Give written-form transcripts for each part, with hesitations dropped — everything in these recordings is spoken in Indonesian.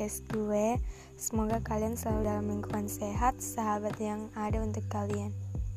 podcast gue. Semoga kalian selalu dalam lingkungan sehat, sahabat yang ada untuk kalian.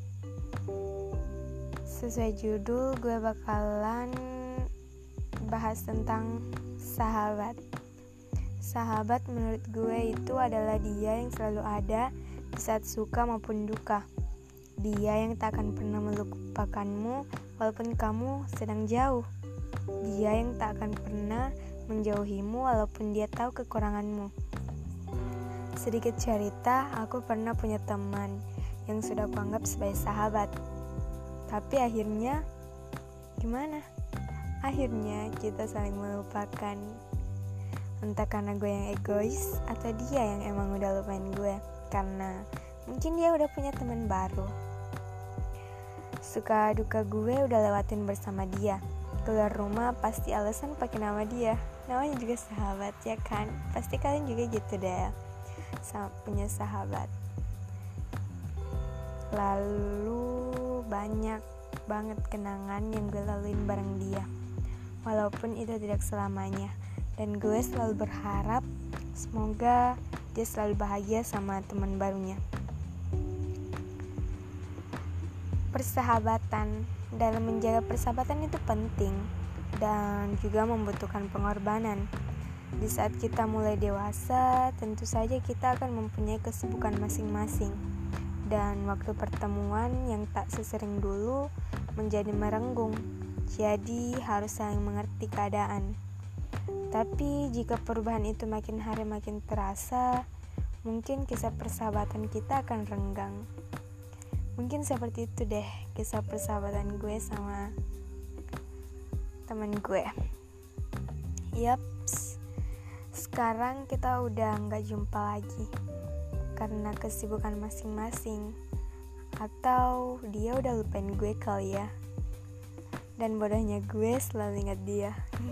Sesuai judul, gue bakalan bahas tentang sahabat. Sahabat menurut gue itu adalah dia yang selalu ada di saat suka maupun duka. Dia yang tak akan pernah melupakanmu walaupun kamu sedang jauh. Dia yang tak akan pernah menjauhimu walaupun dia tahu kekuranganmu. Sedikit cerita, aku pernah punya teman yang sudah kuanggap sebagai sahabat. Tapi akhirnya gimana? Akhirnya kita saling melupakan. Entah karena gue yang egois atau dia yang emang udah lupain gue. Karena mungkin dia udah punya teman baru. Suka duka gue udah lewatin bersama dia. Keluar rumah pasti alasan pakai nama dia. Namanya juga sahabat, ya kan? Pasti kalian juga gitu deh, punya sahabat. Lalu banyak banget kenangan yang gue laluin bareng dia, walaupun itu tidak selamanya. Dan gue selalu berharap semoga dia selalu bahagia sama teman barunya. Persahabatan, dalam menjaga persahabatan itu penting dan juga membutuhkan pengorbanan. Di saat kita mulai dewasa, tentu saja kita akan mempunyai kesibukan masing-masing. Dan waktu pertemuan yang tak sesering dulu menjadi merenggung. Jadi harus saling mengerti keadaan. Tapi jika perubahan itu makin hari makin terasa, mungkin kisah persahabatan kita akan renggang. Mungkin seperti itu deh kisah persahabatan gue sama teman gue. Yaps, sekarang kita udah gak jumpa lagi karena kesibukan masing-masing. Atau dia udah lupain gue kali ya. Dan bodohnya gue selalu ingat dia.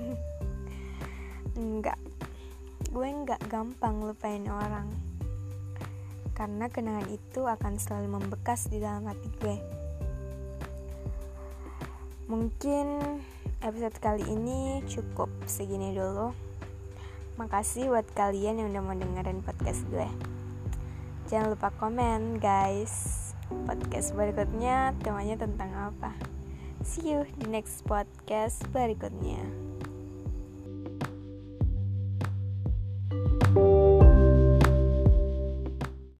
Enggak, gue gak gampang lupain orang, karena kenangan itu akan selalu membekas di dalam hati gue. Mungkin episode kali ini cukup segini dulu. Makasih buat kalian yang udah mau dengerin podcast gue. Jangan lupa komen guys, podcast berikutnya temanya tentang apa. See you di next podcast berikutnya.